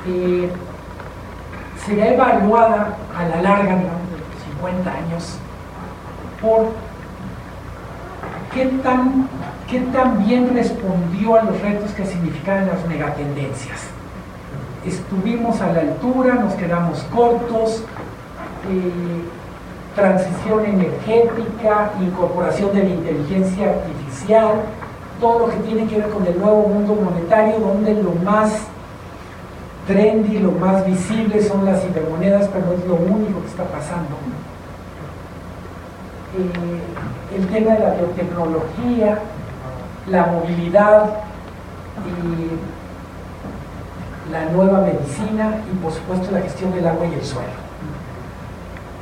será evaluada a la larga, digamos, de los 50 años, por qué tan bien respondió a los retos que significaban las megatendencias. Estuvimos a la altura, nos quedamos cortos, transición energética, incorporación de la inteligencia artificial, todo lo que tiene que ver con el nuevo mundo monetario, donde lo más trendy, lo más visible son las cibermonedas, pero no es lo único que está pasando. El tema de la biotecnología, la movilidad, la nueva medicina y por supuesto la gestión del agua y el suelo.